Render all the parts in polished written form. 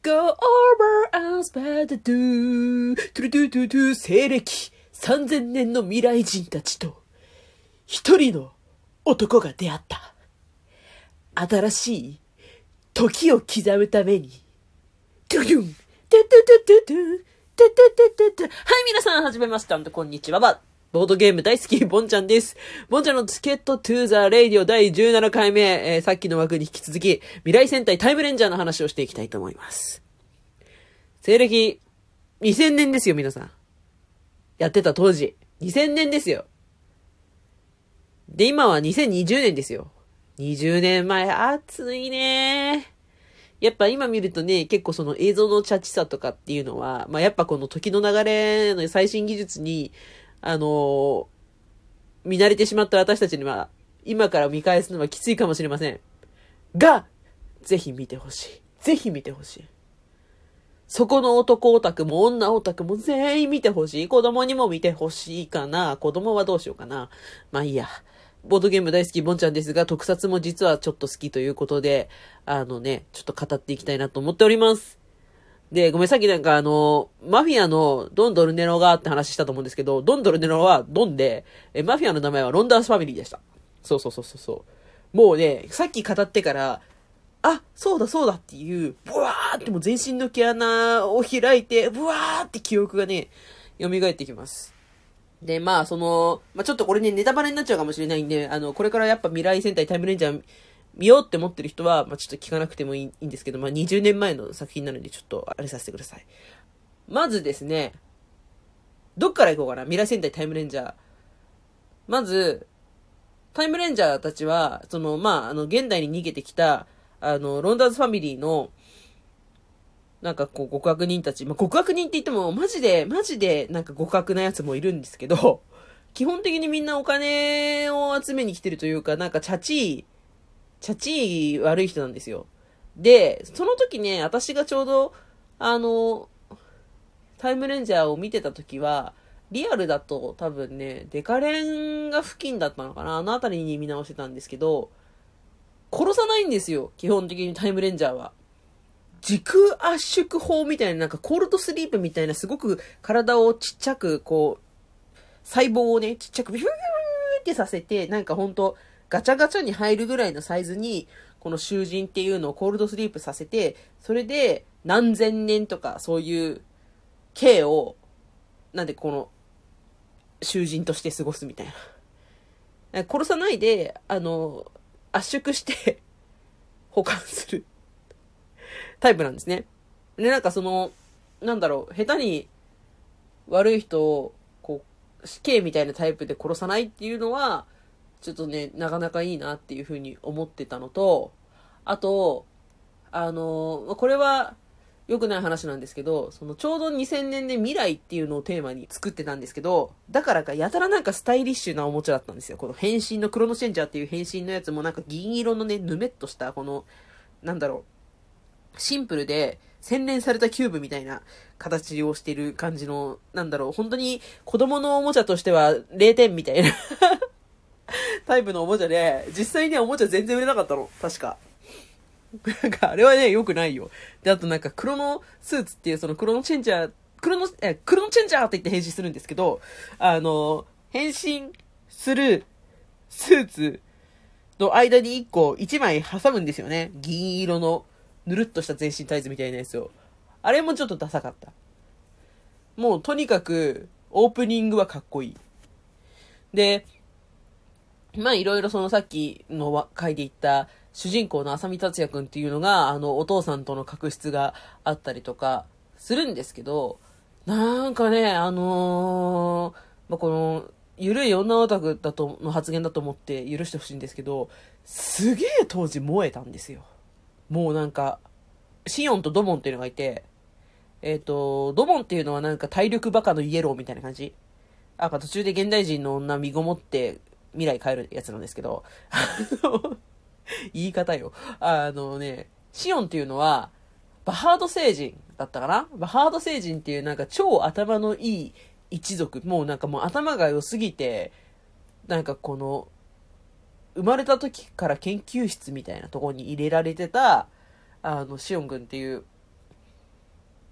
Go over us better do トゥルトゥトゥトゥ西暦3000年の未来人たちと一人の男が出会った。新しい時を刻むためにトゥルトゥントゥトゥトゥトゥトゥトゥトゥトゥトゥ。はい、皆さんはじめまして、こんにちは。ボードゲーム大好き、ボンちゃんです。ボンちゃんのチケットトゥーザレイディオ第17回目、さっきの枠に引き続き、未来戦隊タイムレンジャーの話をしていきたいと思います。西暦、2000年ですよ、皆さん。やってた当時。2000年ですよ。で、今は2020年ですよ。20年前、暑いね。やっぱ今見るとね、結構その映像のチャチさとかっていうのは、やっぱこの時の流れの最新技術に、見慣れてしまった私たちには、今から見返すのはきついかもしれません。が、ぜひ見てほしい。ぜひ見てほしい。そこの男オタクも女オタクも全員見てほしい。子供にも見てほしいかな。子供はどうしようかな。いいや。ボードゲーム大好きボンちゃんですが、特撮も実はちょっと好きということで、ちょっと語っていきたいなと思っております。で、ごめん、さっきマフィアのドン・ドルネロがって話したと思うんですけど、ドン・ドルネロはドンで、マフィアの名前はロンダースファミリーでした。そう。もうね、さっき語ってから、あ、そうだっていう、ブワーってもう全身の毛穴を開いて、ブワーって記憶がね、蘇ってきます。で、ちょっとこれね、ネタバレになっちゃうかもしれないんで、これからやっぱ未来戦隊タイムレンジャー見ようって思ってる人は、ちょっと聞かなくてもいいんですけど、20年前の作品なので、ちょっとあれさせてください。まずですね、どっから行こうかな、未来戦隊タイムレンジャー。まず、タイムレンジャーたちは、現代に逃げてきた、ロンダーズファミリーの、極悪人たち。極悪人って言っても、マジで、極悪なやつもいるんですけど、基本的にみんなお金を集めに来てるというか、チャチー悪い人なんですよ。で、その時ね、私がちょうど、タイムレンジャーを見てた時は、リアルだと多分ね、デカレンが付近だったのかな、あの辺りに見直してたんですけど、殺さないんですよ、基本的にタイムレンジャーは。時空圧縮法みたいな、コールドスリープみたいな、すごく体をちっちゃく、細胞をね、ちっちゃくビューってさせて、ほんと、ガチャガチャに入るぐらいのサイズに、この囚人っていうのをコールドスリープさせて、それで何千年とかそういう刑を、この囚人として過ごすみたいな。殺さないで、圧縮して保管するタイプなんですね。で、下手に悪い人を、死刑みたいなタイプで殺さないっていうのは、ちょっとね、なかなかいいなっていうふうに思ってたのと、あと、これは良くない話なんですけど、ちょうど2000年で未来っていうのをテーマに作ってたんですけど、だからかやたらスタイリッシュなおもちゃだったんですよ。この変身のクロノチェンジャーっていう変身のやつも銀色のね、ぬめっとしたシンプルで洗練されたキューブみたいな形をしてる感じの、本当に子供のおもちゃとしては0点みたいなタイプのおもちゃで、実際にはおもちゃ全然売れなかったの。確か。あれはね、良くないよ。で、あとクロノスーツっていうそのクロノチェンジャーって言って変身するんですけど、変身するスーツの間に1枚挟むんですよね。銀色のぬるっとした全身タイツみたいなやつを。あれもちょっとダサかった。もうとにかくオープニングはかっこいい。で、いろいろさっきの回で言った主人公の浅見達也くんっていうのが、お父さんとの確執があったりとかするんですけど、この、ゆるい女オタクの発言だと思って許してほしいんですけど、すげえ当時燃えたんですよ。もうシオンとドモンっていうのがいて、ドモンっていうのは体力バカのイエローみたいな感じ。途中で現代人の女身ごもって未来変えるやつなんですけど、言い方よ。シオンっていうのは、バハード星人だったかな。バハード星人っていう超頭のいい一族。もう頭が良すぎて、生まれた時から研究室みたいなところに入れられてた、シオン君っていう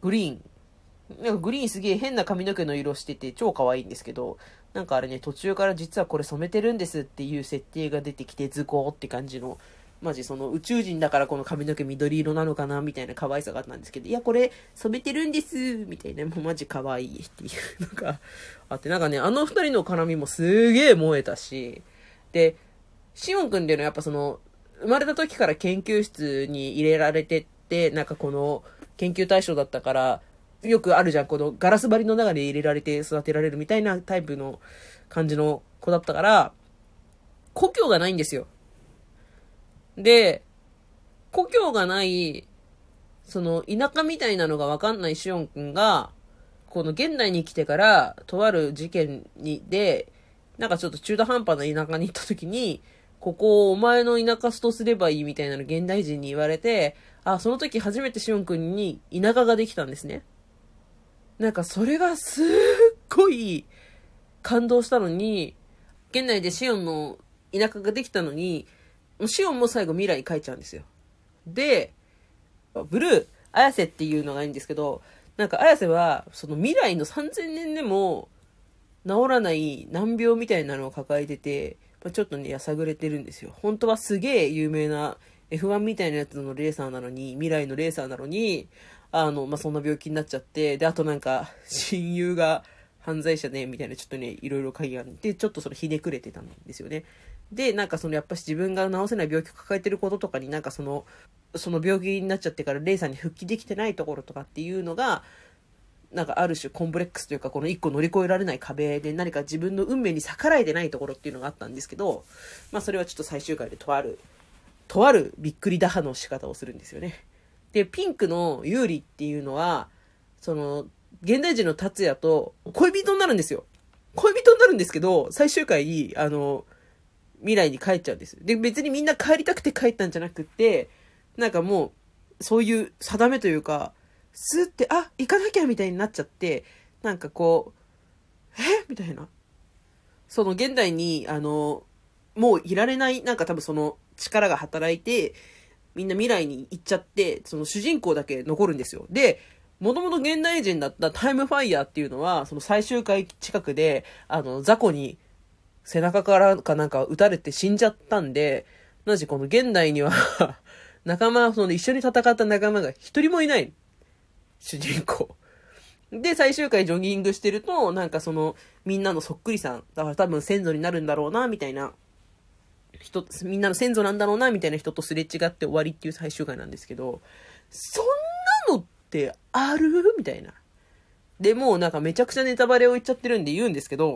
グリーン。なんかグリーンすげえ変な髪の毛の色してて超可愛いんですけど、なんかあれね、途中から実はこれ染めてるんですっていう設定が出てきて、ズコーって感じの、マジその宇宙人だからこの髪の毛緑色なのかなみたいな可愛さがあったんですけど、いやこれ染めてるんですみたいな、もうマジ可愛いっていうのがあって、なんかね、あの二人の絡みもすげえ燃えたし、で、シオンくんっていうのはやっぱその、生まれた時から研究室に入れられてって、なんかこの研究対象だったから、よくあるじゃん、このガラス張りの中で入れられて育てられるみたいなタイプの感じの子だったから、故郷がないんですよ。で、故郷がない、その田舎みたいなのがわかんないシオンくんが、この現代に来てから、とある事件で、なんかちょっと中途半端な田舎に行った時に、ここをお前の田舎とすればいいみたいなの現代人に言われて、あ、その時初めてシオンくんに田舎ができたんですね。なんかそれがすっごい感動したのに、現代でシオンの田舎ができたのに、シオンも最後未来に帰っちゃうんですよ。で、ブルー、綾瀬っていうのがいいんですけど、なんか綾瀬は、その未来の3000年でも治らない難病みたいなのを抱えてて、ちょっとね、やさぐれてるんですよ。本当はすげえ有名な F1 みたいなやつのレーサーなのに、未来のレーサーなのに、そんな病気になっちゃって、で、あとなんか、親友が犯罪者ね、みたいな、ちょっとね、いろいろ会議があって、ちょっとそれひねくれてたんですよね。で、なんかその、やっぱし自分が治せない病気を抱えてることとかになんかその病気になっちゃってからレイさんに復帰できてないところとかっていうのが、なんかある種コンプレックスというか、この一個乗り越えられない壁で何か自分の運命に逆らえてないところっていうのがあったんですけど、それはちょっと最終回でとあるびっくり打破の仕方をするんですよね。で、ピンクのユーリっていうのは、その、現代人の達也と恋人になるんですよ。恋人になるんですけど、最終回、未来に帰っちゃうんです。で、別にみんな帰りたくて帰ったんじゃなくって、なんかもう、そういう定めというか、スーって、あ、行かなきゃみたいになっちゃって、なんかこう、みたいな。その現代に、もういられない、なんか多分その力が働いて、みんな未来に行っちゃって、その主人公だけ残るんですよ。で、もともと現代人だったタイムファイヤーっていうのは、その最終回近くで、雑魚に背中からかなんか撃たれて死んじゃったんで、なぜこの現代には仲間、その一緒に戦った仲間が一人もいない。主人公。で、最終回ジョギングしてると、なんかその、みんなのそっくりさん、だから多分先祖になるんだろうな、みたいなみんなの先祖なんだろうな、みたいな人とすれ違って終わりっていう最終回なんですけど、そんなのってあるみたいな。で、もうなんかめちゃくちゃネタバレを言っちゃってるんで言うんですけど、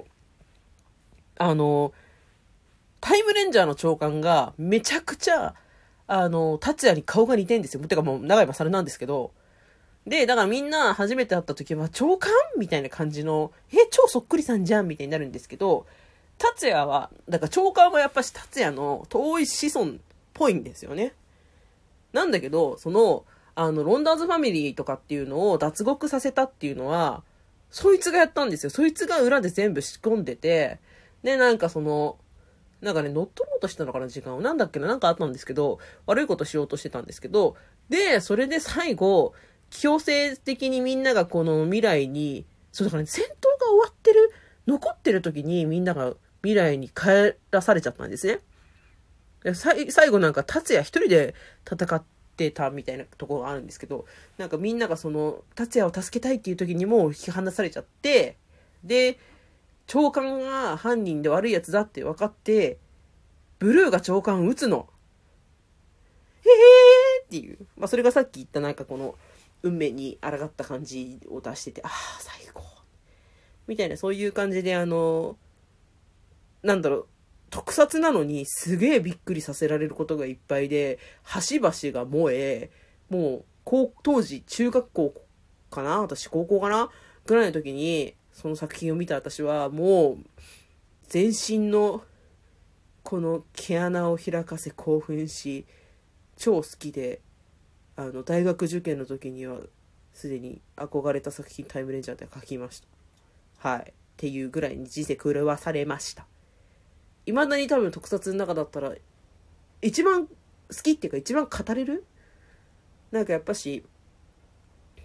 タイムレンジャーの長官がめちゃくちゃ、達也に顔が似てんですよ。てかもう長いそれなんですけど、で、だからみんな初めて会った時は長官みたいな感じの、超そっくりさんじゃんみたいになるんですけど、達也は、だから長官はやっぱし達也の遠い子孫っぽいんですよね。なんだけど、その、ロンダーズファミリーとかっていうのを脱獄させたっていうのは、そいつがやったんですよ。そいつが裏で全部仕込んでて、で、なんかその、なんかね、乗っ取ろうとしたのかな、時間を。なんだっけな、なんかあったんですけど、悪いことしようとしてたんですけど、で、それで最後、強制的にみんながこの未来に、そうだからね、戦闘が終わってる、残ってる時にみんなが未来に帰らされちゃったんですね。最後なんか達也一人で戦ってたみたいなところがあるんですけど、なんかみんながその達也を助けたいっていう時にも引き離されちゃって、で、長官が犯人で悪いやつだって分かって、ブルーが長官を撃つの。へーっていう。それがさっき言ったなんかこの運命に抗った感じを出してて、ああ、最高。みたいな、そういう感じでなんだろう、特撮なのにすげえびっくりさせられることがいっぱいで、端々が燃え、もう、当時中学校かな私高校かなぐらいの時に、その作品を見た私はもう、全身のこの毛穴を開かせ興奮し、超好きで、大学受験の時にはすでに憧れた作品タイムレンジャーで書きました。はい。っていうぐらいに人生狂わされました。未だに多分特撮の中だったら、一番好きっていうか一番語れるなんかやっぱし、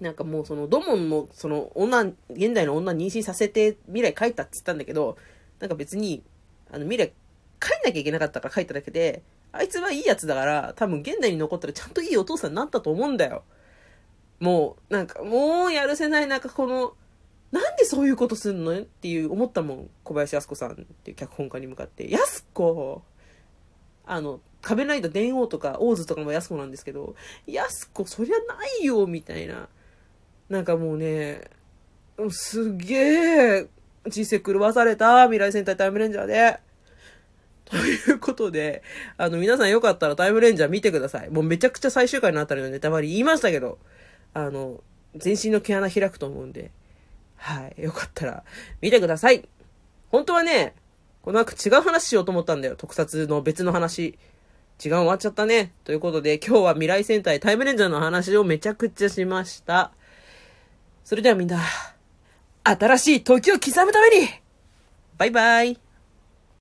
なんかもうその、ドモンもその現代の女妊娠させて未来書いたって言ったんだけど、なんか別に、未来帰んなきゃいけなかったから書いただけで、あいつはいいやつだから、多分現代に残ったらちゃんといいお父さんになったと思うんだよ。もう、なんか、もうやるせない、なんかこの、なんでそういうことすんのっていう思ったもん。小林靖子さんっていう脚本家に向かって。靖子仮面ライダー電王とか、オーズとかも靖子なんですけど、靖子そりゃないよ、みたいな。なんかもうね、すげえ、人生狂わされた、未来戦隊タイムレンジャーで。ということで、皆さんよかったらタイムレンジャー見てください。もうめちゃくちゃ最終回のあたりのネタバレ言いましたけど、全身の毛穴開くと思うんで、はい、よかったら見てください。本当はね、この後違う話しようと思ったんだよ。特撮の別の話。時間終わっちゃったね。ということで、今日は未来戦隊タイムレンジャーの話をめちゃくちゃしました。それではみんな、新しい時を刻むために、バイバイ。